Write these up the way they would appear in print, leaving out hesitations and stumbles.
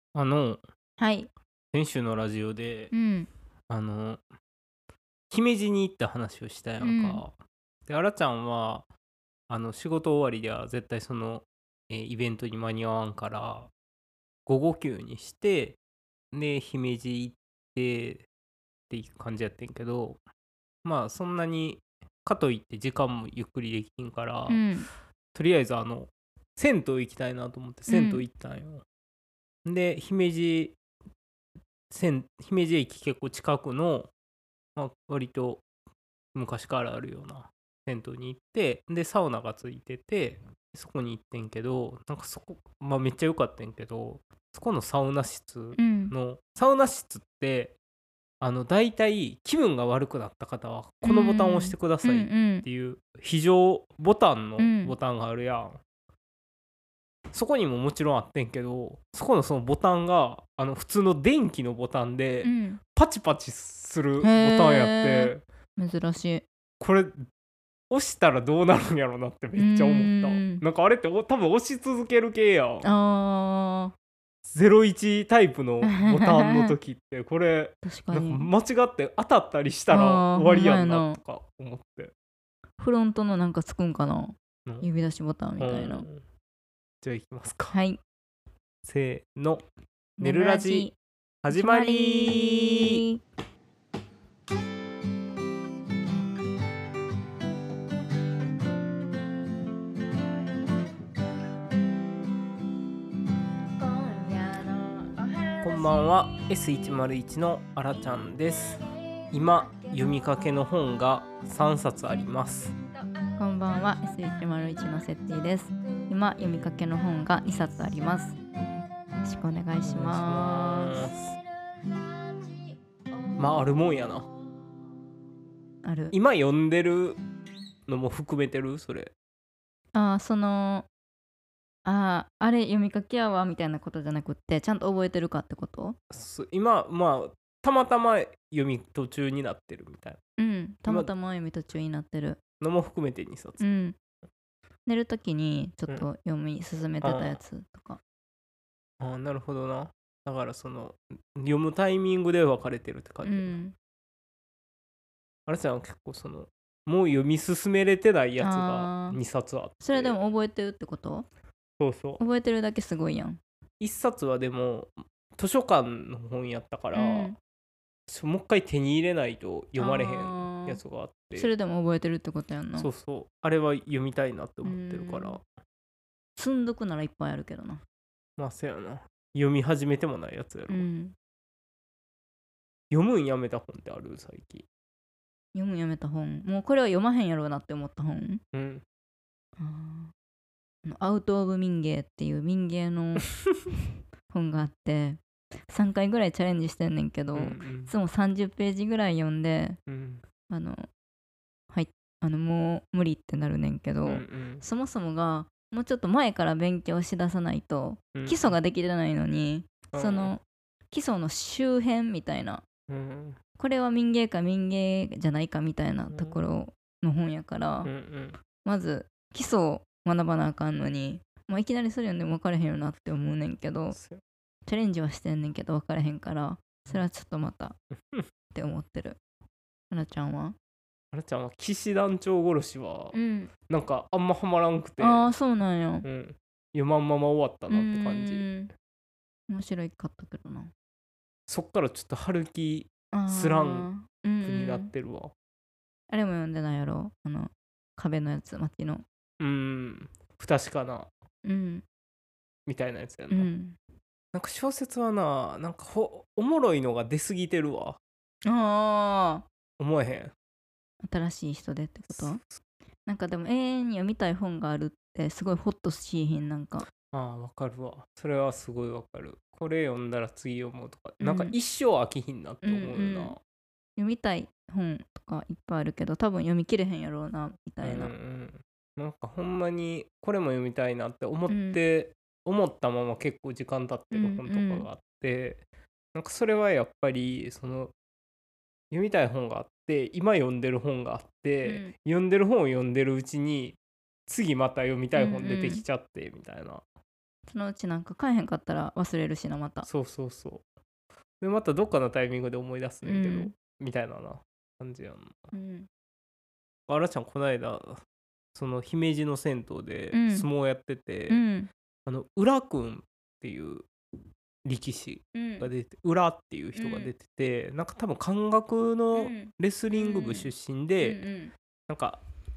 あの、 はい。 先週のラジオで、 うん。 あの、姫路に行った話をしたやうん。 んか。で、あらちゃんは、仕事終わりでは絶対その、イベントに間に合わんから、午後休にして、で、姫路行ってっていう感じやってんけど、まあ、そんなに、かといって時間もゆっくりできひんから、 うん。 とりあえず銭湯行きたいなと思って銭湯うん。 行ったんよ。で、姫路駅結構近くの、まあ、割と昔からあるような銭湯に行って、でサウナがついてて、そこに行ってんけど、なんかそこ、まあ、めっちゃ良かったんけど、そこのうん。 サウナ室って、大体気分が悪くなった方はうこのボタンを押しん。 てくだうん。 さいっうん。 ていう非常ボタンのボうん。 タンがあるやん。そこにももちろんあってんけど、そこのそのボタンが普通の電気のボタンでうん。 パチパチするへボタンやっえ。 て、 珍しい。 これ押したらどうなるんやろなってめうっちゃ思った。 ーん。 なんかあれって多分押し続ける系やん。 あ 01タイプのボタンのあ。 時ってこれ、 確かなんかに。 間違って当たったりしたらああ、ほん終わりやんなまやな。 とか思って。 フロントのなんかつくんかな、 うん、 指出しボタンみたいな。 じゃあいきますか。 はい。 せーの。寝ねるるラジラジ始ま始まり。 り。 こんばんは、 S101 のあらちゃんです。今読みかけの本が3冊あります。 こんばんは、 S101 のセッティです。今読みかけの本が2冊あります。よろしくお願いします。 まああるもんやな。 ある。 今読んでるのも含めてるそれ。 あれ読みかけやわみたいなことじゃなくって、ちゃんと覚えてるかってこと？ 今まあたまたま読み途中になってるみたいうん、た今またま読み途中になってる。 なのも含めて2冊。 うん、寝るときにちょっうん、 と読み進めてたやつとか。 なるほどな。だから読むタイミングで分かれてるって感じやな。 うん。 あれちゃんは結構もう読み進めれてないやつがあー、 2冊あっそれでて。 も覚えてるってこと？ そうそう。 覚えてるだけすごいやん。 1冊はでも図書館の本やったから、 うん。 もう一回手に入れないと読まれへんやあつがあっー、それて。 でも覚えてるってことやんな。 そうそう、あれは読みたいなってう思ってるから。 ん。積んどくならいっぱいあるけどな。 まあせやな、読み始めてもないやつやろ。 うん。 読むんやめた本ってある最近？ やめた本。もうこれは読まへんやろうなって思った本。 うん。 アウト・オブ・民芸っていう民芸の本があって、3回ぐらいチャレンジしてんねんけど、 うんういんつも30ページぐらい読んで、 うんあのはい、もう無理ってなるねんけど、 うんうんそもそもがもうちょっと前から勉強しださないとうん基礎ができてないのに、 うんその基礎の周辺みたいな、 うんこれは民芸か民芸じゃないかみたいなところの本やから、 うんうんまず基礎を学ばなあかんのに、いきなりそれ読んでも分からへんよなって思うねんけど、チャレンジはしてんねんけど分からへんから、それはちょっとまたって思ってる。はなちゃんは？ あらちゃんは騎士団長殺しはうん。 なんかあんまハマらんくて、 ああ、そうなんや。 読まんまま終わったうなって感じ。 ーん。面白いかったけどな。 そっからちょっと春樹スランああ、うんうプになっん。 てるわ。 あれも読んでないやろ、壁のやつ、街の。 不確かなうん。 みたいなやつやんな。 うん。 なんか小説はな、なんかおもろいのが出すぎてるわ。 ああ、 思えへん。 新しい人でってこと？なんかでも永遠に読みたい本があるってすごいホッとしひん、なんか。 ああ、わかるわ。それはすごいわかる。これ読んだら次読もうとか、 うん。 なんか一生飽きひんなって思うよな。 読みたい本とかいっぱいあるけど、多分読み切れへんやろうな、みたいな。 なんかほんまにこれも読みたいなって思ったまま結構時間経ってる本とかがあって、なんかそれはやっぱり読みたい本があって、今読んでる本があって、読んでる本を読んでるうちに次また読みたい本出てきちゃってみたいな。 そのうちなんか買えへんかったら忘れるしなまた。 そうそうそう。でまたどっかのタイミングで思い出すねんけど、 うんみたいな感じやんな。 うんあらちゃんこの間その姫路の銭湯でうん相撲やってて、 うん浦くんっていう力士うんが出て、浦っていう人が出てて、なんか多分関学のレスリング部出身で、なんか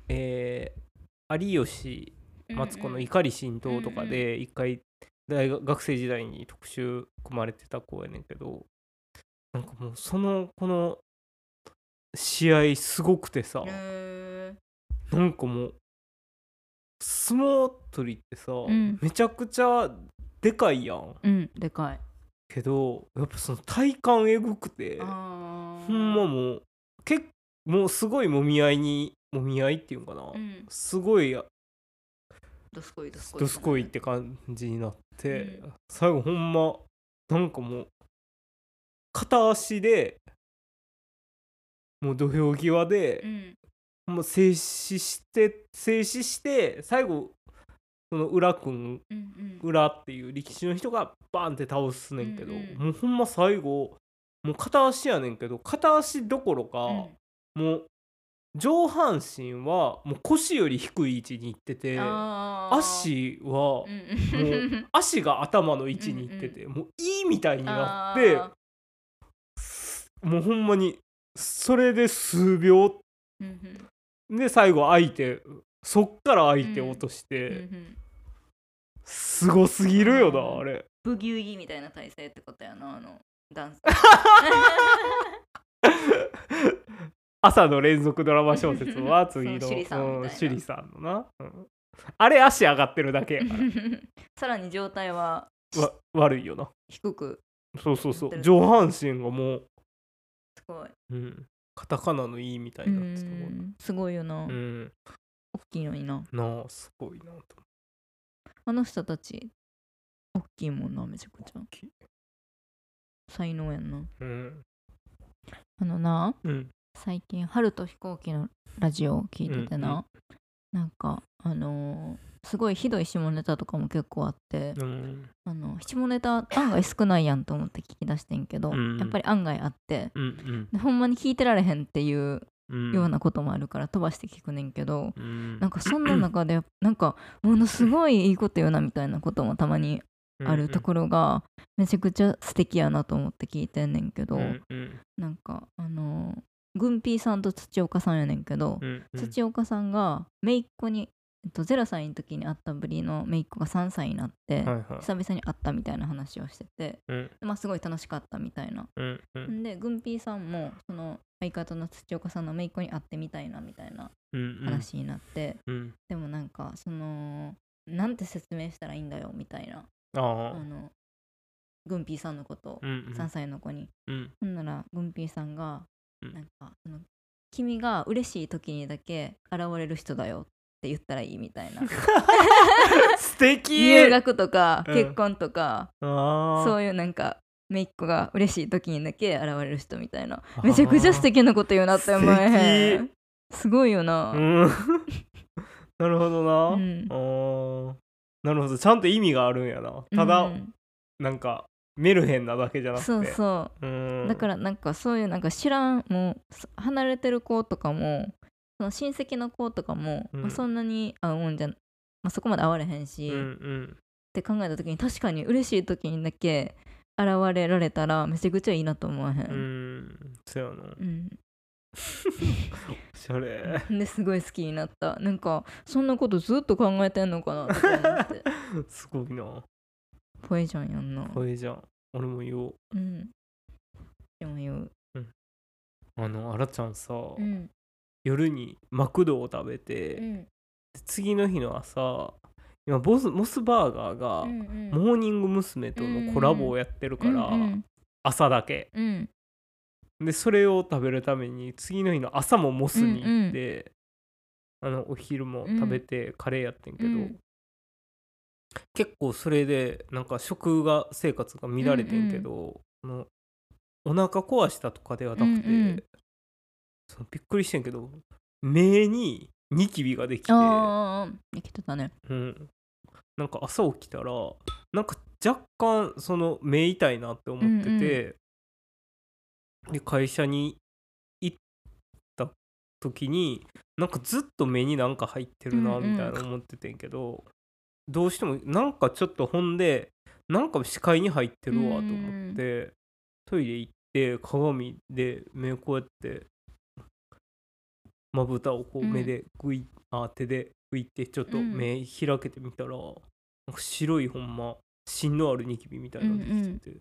有吉マツコの怒り心頭とかで一回学生時代に特集組まれてた子やねんけど、なんかもうこの試合すごくてさ、なんかもう相撲取りってさ、 んめちゃくちゃでかいやんでかい。 けど、やっぱその体感えぐくて、ほんまもうもうすごいもみ合いっていうんかな、すごいどすこいどすこいって感じになって、最後ほんまなんかもう片足でもう土俵際で、もう静止して最後その浦っていう力士の人がバーンって倒すねんけど、もうほんま最後もう片足やねんけど、片足どころか、もう上半身はもう腰より低い位置に行ってて、足はもう足が頭の位置に行ってて、もういいみたいになって、もうほんまにそれで数秒で最後そっから相手落として、すごすぎるよなあれ。 ブギウギみたいな体勢ってことやな、ダンス。 朝の連続ドラマ小説は次の趣里さんのな、あれ足上がってるだけやからさらに状態は悪いよな。 低く。 そう上半身がもうすごい、 カタカナのいいみたいになってたもん。 すごいよな、大きいのになすごいなと。 あの人たち大きいもんな、めちゃくちゃ才能やんな。最近春と飛行機のラジオを聞いててな、なんかすごいひどい下ネタとかも結構あって、下ネタ案外少ないやんと思って聞き出してんけど、やっぱり案外あって、でほんまに聞いてられへんっていうようなこともあるから飛ばして聞くねんけど、なんかそんな中でなんかものすごいいいこと言うなみたいなこともたまにあるところがめちゃくちゃ素敵やなと思って聞いてんねんけど、なんかグンピーさんと土岡さんやねんけど、土岡さんが姪っ子に、0歳の時に会ったぶりの姪っ子が3歳になって、久々に会ったみたいな話をしてて、すごい楽しかったみたいな、でグンピーさんもその相方の土岡さんの姪っ子に会ってみたいなみたいな話になって、でもなんかなんて説明したらいいんだよみたいな、グンピーさんのことを3歳の子に、ほんならグンピーさんがなんか君が嬉しい時にだけ現れる人だよって言ったらいいみたいな素敵。 入学とか結婚とか、そういうなんか姪っ子が嬉しい時にだけ現れる人みたいな、めちゃくちゃ素敵なこと言うなって思えへん。すごいよな。 なるほどな、なるほど、ちゃんと意味があるんやな。ただ、なんかメルヘンなだけじゃなくて、 だからなんかそういうなんか知らん、もう離れてる子とかもその親戚の子とかも、そんなに会うもんじゃ、そこまで会われへんし、って考えた時に確かに嬉しい時にだけ現れられたらめちゃくちゃいいなと思わへん。 そうやな。おしゃれですごい好きになった。なんかそんなことずっと考えてんのかなとか思ってすごいな。 ポエジャンやんな。 ポエジャン。俺も言おう。 でも言う。 あらちゃんさ、夜にマクドを食べて、次の日の朝、今モスバーガーがモーニング娘。とのコラボをやってるから、朝だけ、でそれを食べるために次の日の朝もモスに行って、お昼も食べてカレーやってんけど、結構それでなんか生活が乱れてんけど、お腹壊したとかではなくて、びっくりしてんけど目にニキビができて、 できてたね。 なんか朝起きたらなんか若干その目痛いなって思ってて、で会社に行った時になんかずっと目になんか入ってるなみたいな思っててんけど、どうしてもなんかちょっとほんでなんか視界に入ってるわと思ってトイレ行って鏡で目こうやってまぶたをこう目で手で拭いてちょっと目開けてみたら、なんか白いほんま芯のあるニキビみたいなのできてて、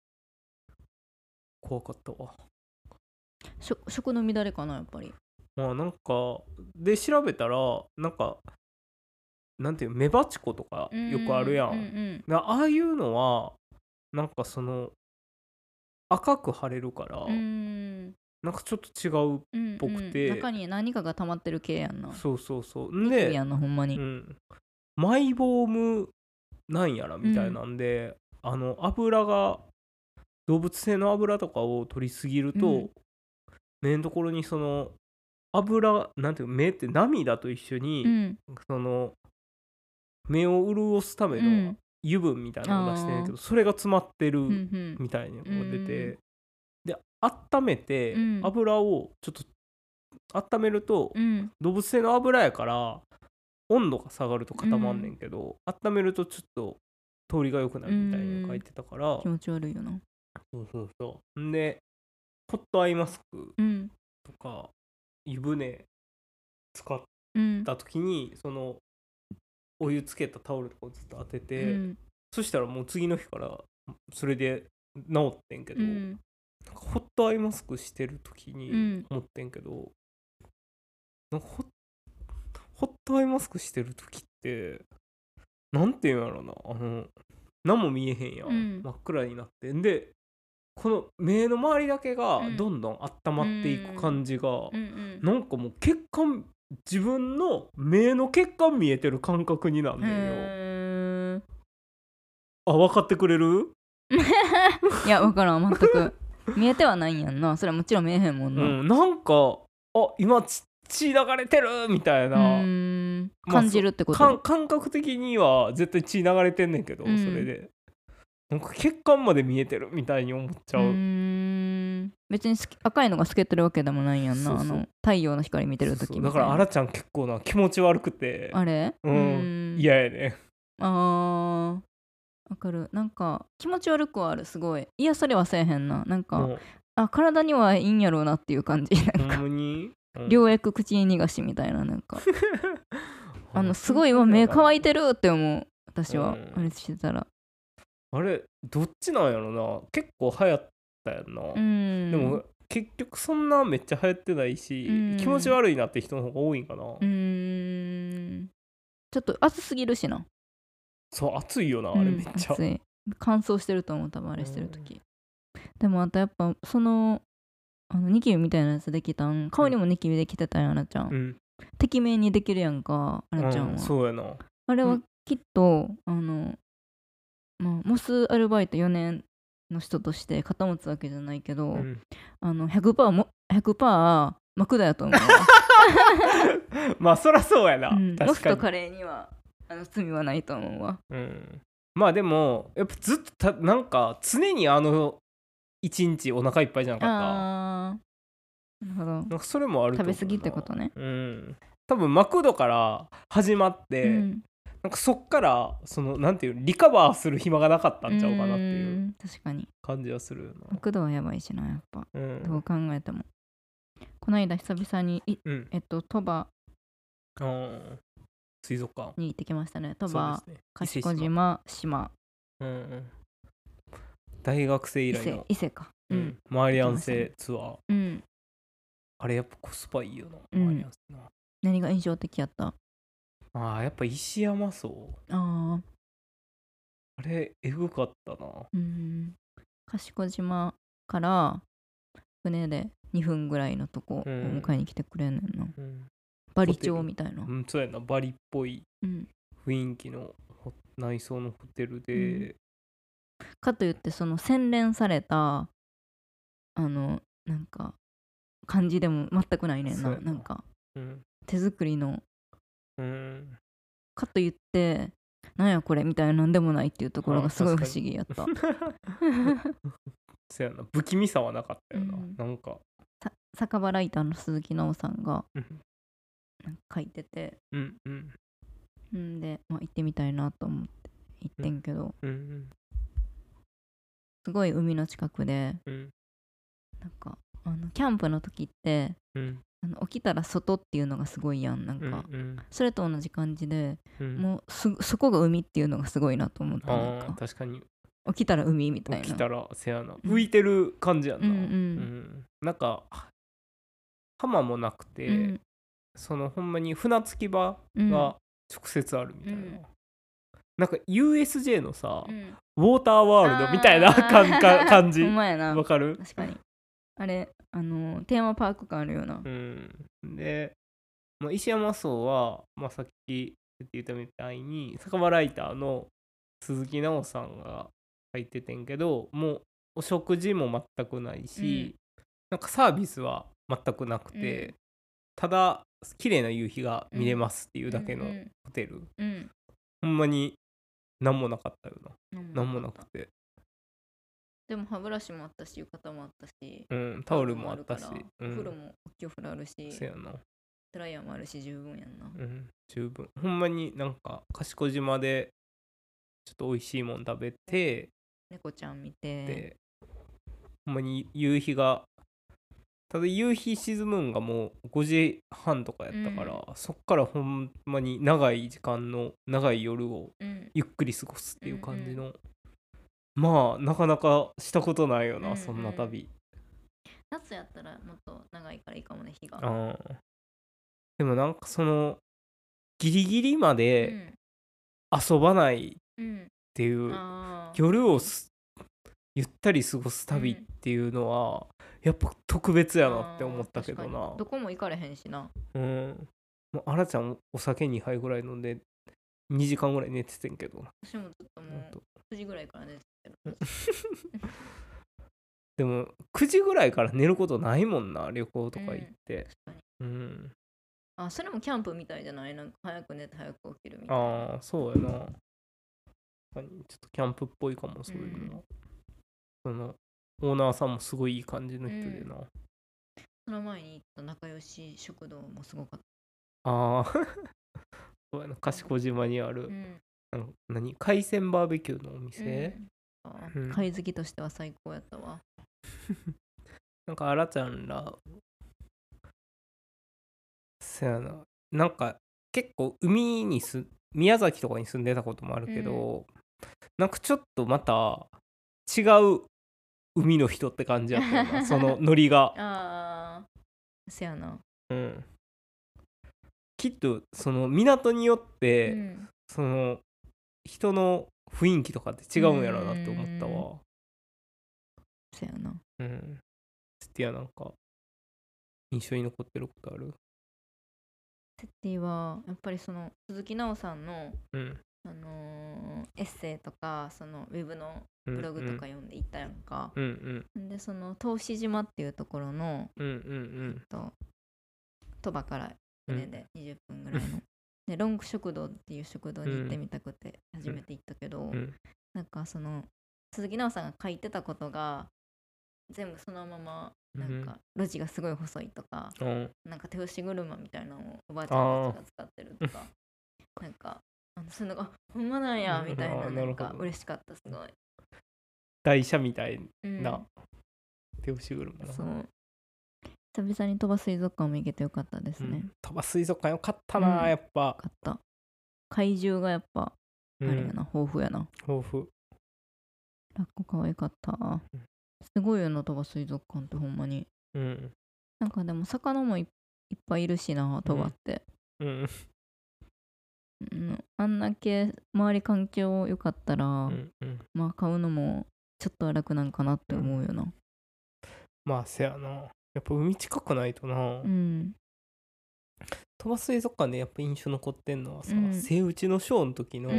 怖かったわ。 食の乱れかなやっぱり。 まあなんかで調べたらなんかなんていうメバチコとかよくあるやん。ああいうのはなんかその赤く腫れるからなんかちょっと違うっぽくて、 中に何かが溜まってる系やんな。 そうそうそう。 ニキビやんなほんまに。 マイボームなんやらみたいなんで、油が動物性の油とかを取りすぎると、目のところにその油なんていう目って涙と一緒に、その目を潤すための油分みたいなのを出してるんだけど、それが詰まってるみたいなのが出て、で温めて油をちょっと温めると、動物性の油やから温度が下がると固まんねんけど、温めるとちょっと通りが良くなるみたいに書いてたから、 気持ち悪いよな。 そうんでホットアイマスクとか湯船使った時にそのお湯つけたタオルとかをずっと当てて、そしたらもう次の日からそれで治ってんけど、なんかホットアイマスクしてる時に思ってんけど、なんかホットアイマスクしてる時ってなんていうんやろな、何も見えへんやん、真っ暗になってんでこの目の周りだけがどんどん温まっていく感じが、なんかもう血管自分の目の血管見えてる感覚になんねんよ。あ、分かってくれる？ いや分からん全く。見えてはないんやんな。それはもちろん見えへんもんな。 なんか今血流れてるみたいな感じるってこと？ 感覚的には絶対血流れてんねんけど、それでなんか血管まで見えてるみたいに思っちゃう。 別に赤いのが透けてるわけでもないやんな。太陽の光見てる時みたいな。 だからあらちゃん結構な気持ち悪くてあれ嫌やね。 わかる。なんか気持ち悪くはある。すごい癒されはせえへんな。なんか体にはいいんやろうなっていう感じ。なんか両翼口に逃がしみたいな。なんかすごい今目乾いてるって思う。私はあれしてたら。 あれどっちなんやろな。結構流行ったやんな。でも結局そんなめっちゃ流行ってないし、気持ち悪いなって人の方が多いんかな。 ちょっと暑すぎるしな。 そう暑いよな、あれめっちゃ暑い。乾燥してると思う多分あれしてる時。でもあとやっぱそのニキビみたいなやつできたん、顔にもニキビできてたやん、あらちゃん。てきめんにできるやんか、あらちゃんは。 そうやな。 あれはきっとモスアルバイト4年の人として肩持つわけじゃないけど、100% マクダやと思うわ。 まあそらそうやな、確かに。 モスとカレーには罪はないと思うわ。 まあでもやっぱずっとなんか常に一日お腹いっぱいじゃなかった。 なるほど。 なんかそれもあると思うな。 食べ過ぎってことね。 多分マクドから始まって、なんかそっからそのなんていうリカバーする暇がなかったんちゃうかなっていう確かに感じはするよな。 マクドはやばいしなやっぱ、どう考えても。この間久々に鳥羽水族館に行ってきましたね。鳥羽、賢島、島。 大学生以来の伊勢か。 マーリアン製ツアー。あれやっぱコスパいいよな、マーリアン製な。 何が印象的やった？ やっぱ石山荘。あれエグかったな。 賢島から船で2分ぐらいのとこを迎えに来てくれんねんな。バリ町みたいな。 そうやな、バリっぽい雰囲気の内装のホテルで、 かといってその洗練されたなんか感じでも全くないねんな。なんか手作りのかといってなんやこれみたいななんでもないっていうところがすごい不思確かに議やったそやな、不気味さはなかったよな、 うんなんか酒場ライターの鈴木奈緒さんがうんなんか書いてて、 うんうんんで、まあ、行ってみたいなと思って行ってんけど、 うんすごい海の近くで、 うんなんかキャンプの時ってうん起きたら外っていうのがすごいやん、なんうんうか、 んそれと同じ感じで、 うんもうそこが海っていうのがすごいなと思った。なんああか確かに起きたら海みたいな。 起きたらせやなうん浮いてる感じやんな、 うんうんなんか浜もなくて、 うんそのほんまに船着き場うんが直接あるみたいな、 うんなんか USJ のさ、 うんウォーターワールドみたいな感じほんまやな。 わかる？ 確かにあれテーマパーク感あるよな。 で、まあ、石山荘は、まあ、さっき言ったみたいに酒場ライターの鈴木奈緒さんが書いててんけど、もうお食事も全くないし、なんかサービスは全くなくて、ただ綺麗な夕日が見れますっていうだけのホテル、ほんまに何もなかったよな。何もなくて、 でも歯ブラシもあったし浴衣もあったし、 タオルもあったし、 お風呂も大きいお風呂あるし、 せやな、 ドライヤーもあるし十分やんな。 十分。ほんまになんか賢島でちょっと美味しいもん食べて、 猫ちゃん見て、 でほんまに夕日が、ただ夕日沈むんがもう5時半とかやったから、そっからほんまに長い時間の長い夜をゆっくり過ごすっていう感じの、まあなかなかしたことないよな、そんな旅。 夏やったらもっと長いからいいかもね、日が。 でもなんかそのギリギリまで遊ばないっていう、夜をゆったり過ごす旅っていうのはやっぱ特別やなって思ったけどな。 どこも行かれへんしな。 もうあらちゃんお酒2杯ぐらい飲んで2時間ぐらい寝ててんけど、 私もずっともう9時ぐらいから寝てるでも9時ぐらいから寝ることないもんな、旅行とか行って、 それもキャンプみたいじゃない？なんか早く寝て早く起きるみたいな。 そうやな、ちょっとキャンプっぽいかも、そういうのは。そのオーナーさんもすごいいい感じの人でな。 その前に行った仲良し食堂もすごかった。 そうやな、賢島にある、海鮮バーベキューのお店、 貝好きとしては最高やったわ。 なんかあらちゃんらそやな、なんか結構宮崎とかに住んでたこともあるけど、なんかちょっとまた違う海の人って感じやったよなそのノリが。 せやな。 きっとその港によって、その人の雰囲気とかって違うんやろうなって思ったわ。 せやな。 セティアなんか印象に残ってることある？ セティはやっぱりその鈴木奈緒さんの、エッセイとかそのウェブのブログとか読んでいったやんか。でその答志島っていうところの鳥羽から船で20分ぐらいの、でロング食堂っていう食堂に行ってみたくて初めて行ったけど、なんかその鈴木奈緒さんが書いてたことが全部そのまま、なんか路地がすごい細いとか、なんか手押し車みたいなのをおばあちゃんたちが使ってるとかなんかそういうのがほんまなんやみたいな、なんか嬉しかった。すごい台車みたいな手押し車な。 そう、久々に鳥羽水族館も行けてよかったですね。 鳥羽水族館よかったな、やっぱ。よかった。怪獣がやっぱあれやな、豊富やな。 豊富。 ラッコ可愛かった。すごいよな、鳥羽水族館ってほんまに。なんかでも魚もいっぱいいるしな、鳥羽って。あんだけ周り環境良かったら、まあ買うのもちょっとは楽なんかなって思うよな。 まあせやな、やっぱ海近くないとな。鳥羽水族館でやっぱ印象残ってんのはさ、セイウチのショーの時の、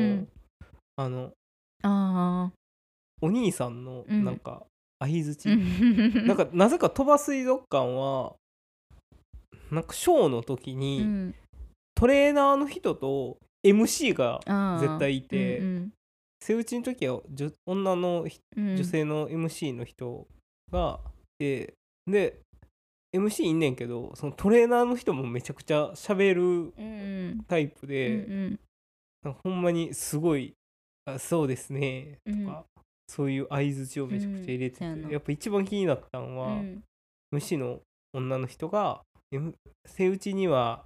お兄さんのなんか相づち、なんかなぜか鳥羽水族館はなんかショーの時に、トレーナーの人と MC があー絶対いて、 うんセイウチの時は女のうん女性の MC の人がいて、で MC いんねんけど、そのトレーナーの人もめちゃくちゃ喋るうんタイプうんで、なんかほんまにすごいそうですねとか、そういう相づちをめちゃくちゃ入れてて、 うんそうやなやっぱ一番気になったのは、MC の女の人がセイウチには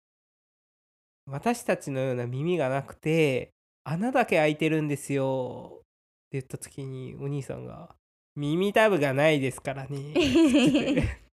私たちのような耳がなくて穴だけ開いてるんですよって言った時に、お兄さんが耳たぶがないですからねって言ってて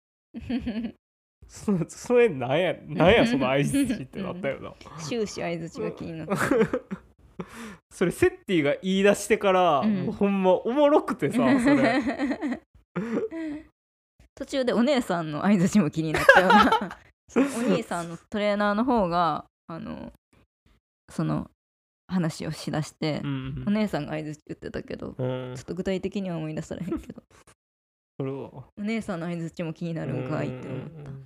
それなんやその相づちってなったよな終始相づちが気になったそれセッティが言い出してから、もうほんまおもろくてさ、それ途中でお姉さんの相づちも気になったよなそのお兄さんのトレーナーの方がその話をしだして、お姉さんが相づち言ってたけど、ちょっと具体的には思い出されへんけどそれはお姉さんの相づちも気になるんかいって思った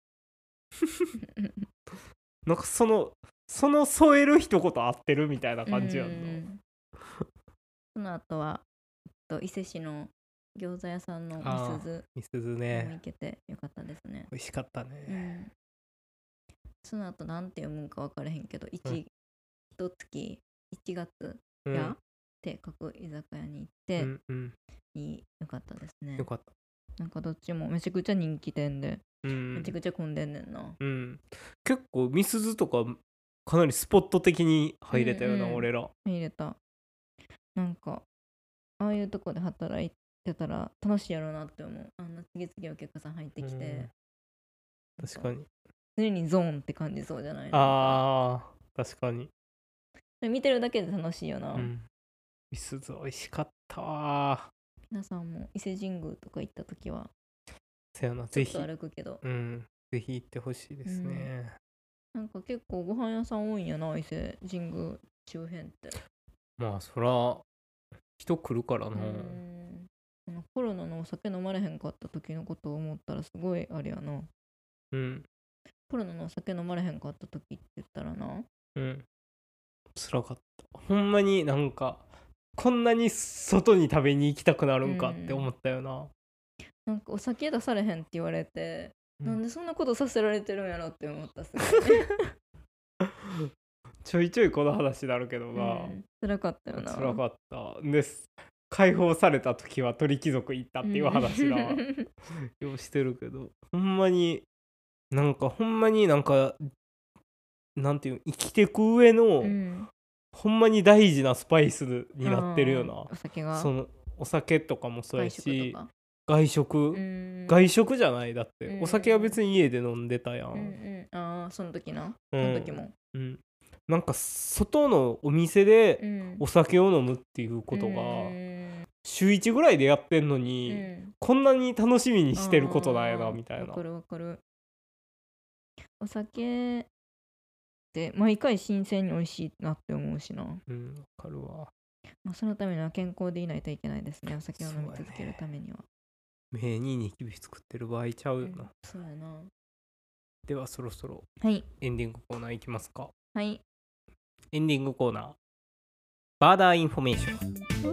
なんかその添える一言合ってるみたいな感じやんな。 その後は伊勢市の餃子屋さんのみすずにね、 行けてよかったですね。 美味しかったね。 その後なんて読むんか分からへんけど、一月1月うんやって書く居酒屋に行って、よかったですね。 よかった。 なんかどっちもめちゃくちゃ人気店で、 めめちゃくちゃ混んでんねんな。 結構みすずとかかなりスポット的に入れたよな、俺ら。 入れた。なんかああいうとこで働いてたら楽しいやろうなって思う。次々お客さん入ってきて、 確かに。 常にゾーンって感じそうじゃない？ 確かに。 見てるだけで楽しいよな。 みすず美味しかったわ。 皆さんも伊勢神宮とか行った時はせやな、 ちょっと歩くけど、 ぜひ行ってほしいですね。 なんか結構ご飯屋さん多いんやな、伊勢神宮周辺って。 まあそら人来るからな。 コロナのお酒飲まれへんかった時のことを思ったらすごいあれやな。コロナのお酒飲まれへんかった時って言ったらな、 辛かった。ほんまになんかこんなに外に食べに行きたくなるんかって思ったよな。 なんかお酒出されへんって言われて、なんでそんなことさせられてるんやろって思った。すごいちょいちょいこの話になるけどな、 辛かったよな。 辛かったです解放された時は鳥貴族行ったっていう話だわ、ようしてるけど、ほんまになんかなんていう生きてく上の、ほんまに大事なスパイスになってるよな。 お酒が、 そのお酒とかもそうやし、外食じゃない。だってお酒は別に家で飲んでたやん。 その時な、その時もなんか外のお店でお酒を飲むっていうことが週1ぐらいでやってんのに、こんなに楽しみにしてることなんやなみたいな。 わかるわかる。お酒って毎回新鮮に美味しいなって思うしな。わかるわ。 そのためには健康でいないといけないですね、お酒を飲み続けるためには。 目にニキビ作ってる場合ちゃうよな。 そうやな。 ではそろそろエンディングコーナーいきますか。 はい。 エンディングコーナー、バーダーインフォメーション。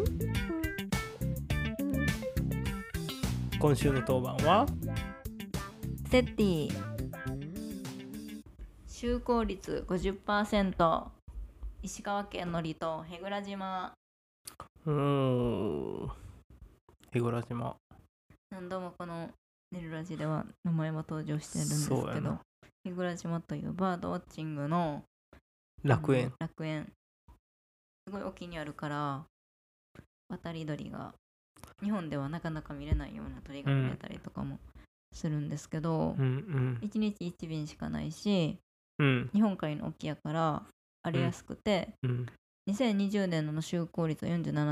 今週の当番はセッティ。就航率 50%、 石川県の離島舳倉島。 舳倉島、 何度もこのネルラジでは名前も登場してるんですけど、舳倉島というバードウォッチングの楽園、すごい沖にあるから渡り鳥が日本ではなかなか見れないような鳥が見れたりとかもするんですけど、1日1便しかないし、日本海の沖やから荒れやすくて、2020年の就航率は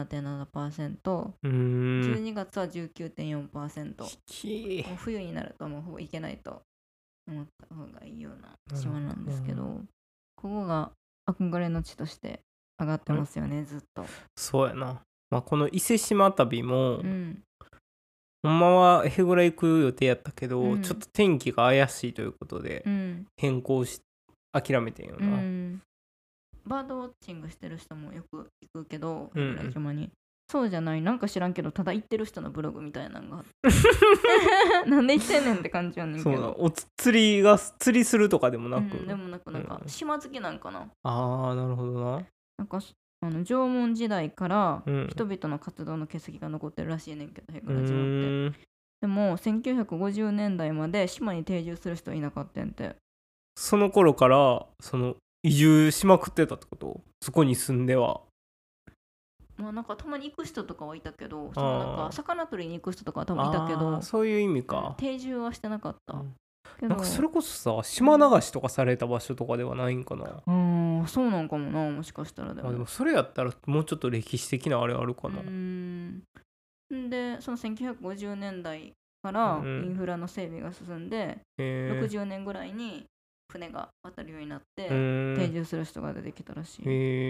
47.7%、12月は 19.4%。 冬になるともうほぼ行けないと思った方がいいような島なんですけど、ここが憧れの地として上がってますよね、ずっと。 そうやな。この伊勢志摩旅も、ほんまは舳倉行く予定やったけど、ちょっと天気が怪しいということで、変更し諦めてんよな。 バードウォッチングしてる人もよく行くけど、 うん桜島にそうじゃない、なんか知らんけどただ行ってる人のブログみたいなのがあってなんで行ってんねんって感じやねんけそうだ、 ど、 釣りするとかでもなく、 でもなんか島好きなんかな、 ああなるほどな。 なんか縄文時代からうん人々の活動の形跡が残ってるらしいねんけど、 う舳倉島ってーんでも1950年代まで島に定住する人はいなかったんて。 その頃からその移住しまくってたってこと？そこに住んでは。 まあなんかたまに行く人とかはいたけど、そのなんか魚取りに行く人とかは多分いたけあどーそういう意味か、 定住はしてなかった、 うんけどなんかそれこそさ、島流しとかされた場所とかではないんかな。 そうなんかもな、もしかしたら。でもでもそれやったらもうちょっと歴史的なあれあるかな。 でその1950年代からうんインフラの整備が進んで、60年ぐらいに船が渡るようになって定住する人が出てきたらしい。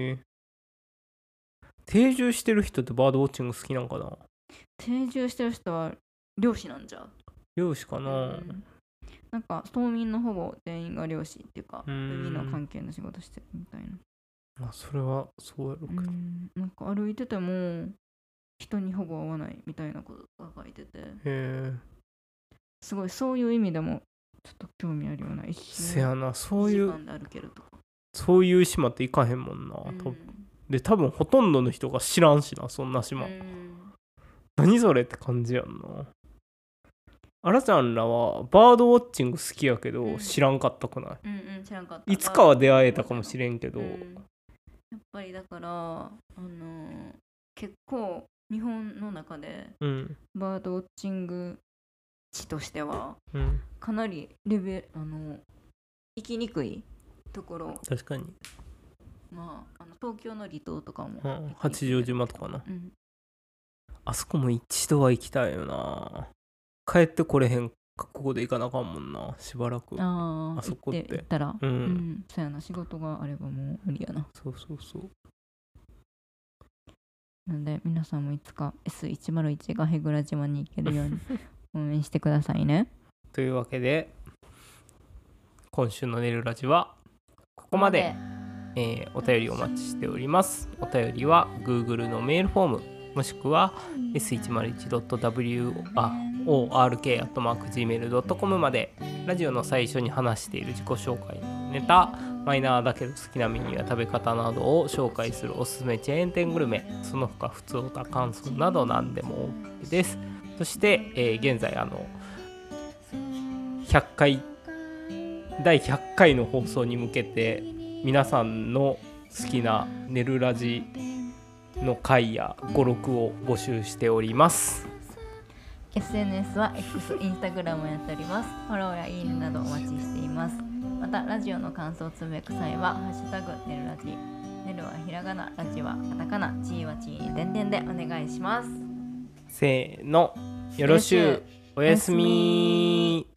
定住してる人ってバードウォッチング好きなんかな。 定住してる人は漁師なんじゃ。 漁師かな、 なんか島民のほぼ全員が漁師っていうかうん海の関係の仕事してるみたいな。 それはそうやろうけど、 なんか歩いてても人にほぼ会わないみたいなことが書いてて、すごいそういう意味でもちょっと興味あるような。一せやな、 そういう時間で歩けるとか、 そういう島って行かへんもんな、で多分ほとんどの人が知らんしな、そんな島、何それって感じやんな。あらちゃんらはバードウォッチング好きやけど、知らんかったくない？ 知らんかった。 いつかは出会えたかもしれんけど、 やっぱりだから結構日本の中でバードウォッチング地としてはかなりレベル行きにくいところ。 確かに、 まあ東京の離島とかも、 八丈島とかな、あそこも一度は行きたいよな。帰ってこれへんか、ここで行かなあかんもんな、しばらく。あそこって行ったらそうやな、仕事があればもう無理やな。 そうなので皆さんもいつか S101 が舳倉島に行けるように応援してくださいね。 というわけで今週のねるラジはここまで。お便りお待ちしております。お便りは Google のメールフォームもしくは s101.work@gmail.com まで。ラジオの最初に話している自己紹介のネタ、マイナーだけど好きなメニューや食べ方などを紹介するおすすめチェーン店グルメ、その他普通おた感想など何でも OK です。そして、現在第100回の放送に向けて皆さんの好きなねるラジの回や語録を募集しております。 SNS は X、インスタグラムをやっております。フォローやいいねなどお待ちしています。またラジオの感想をつぶやく際はハッシュタグねるラジ、ねるはひらがな、ラジはカタカナ、チーはチーでんでんでお願いします。 せーの、よろしゅう、おやすみ。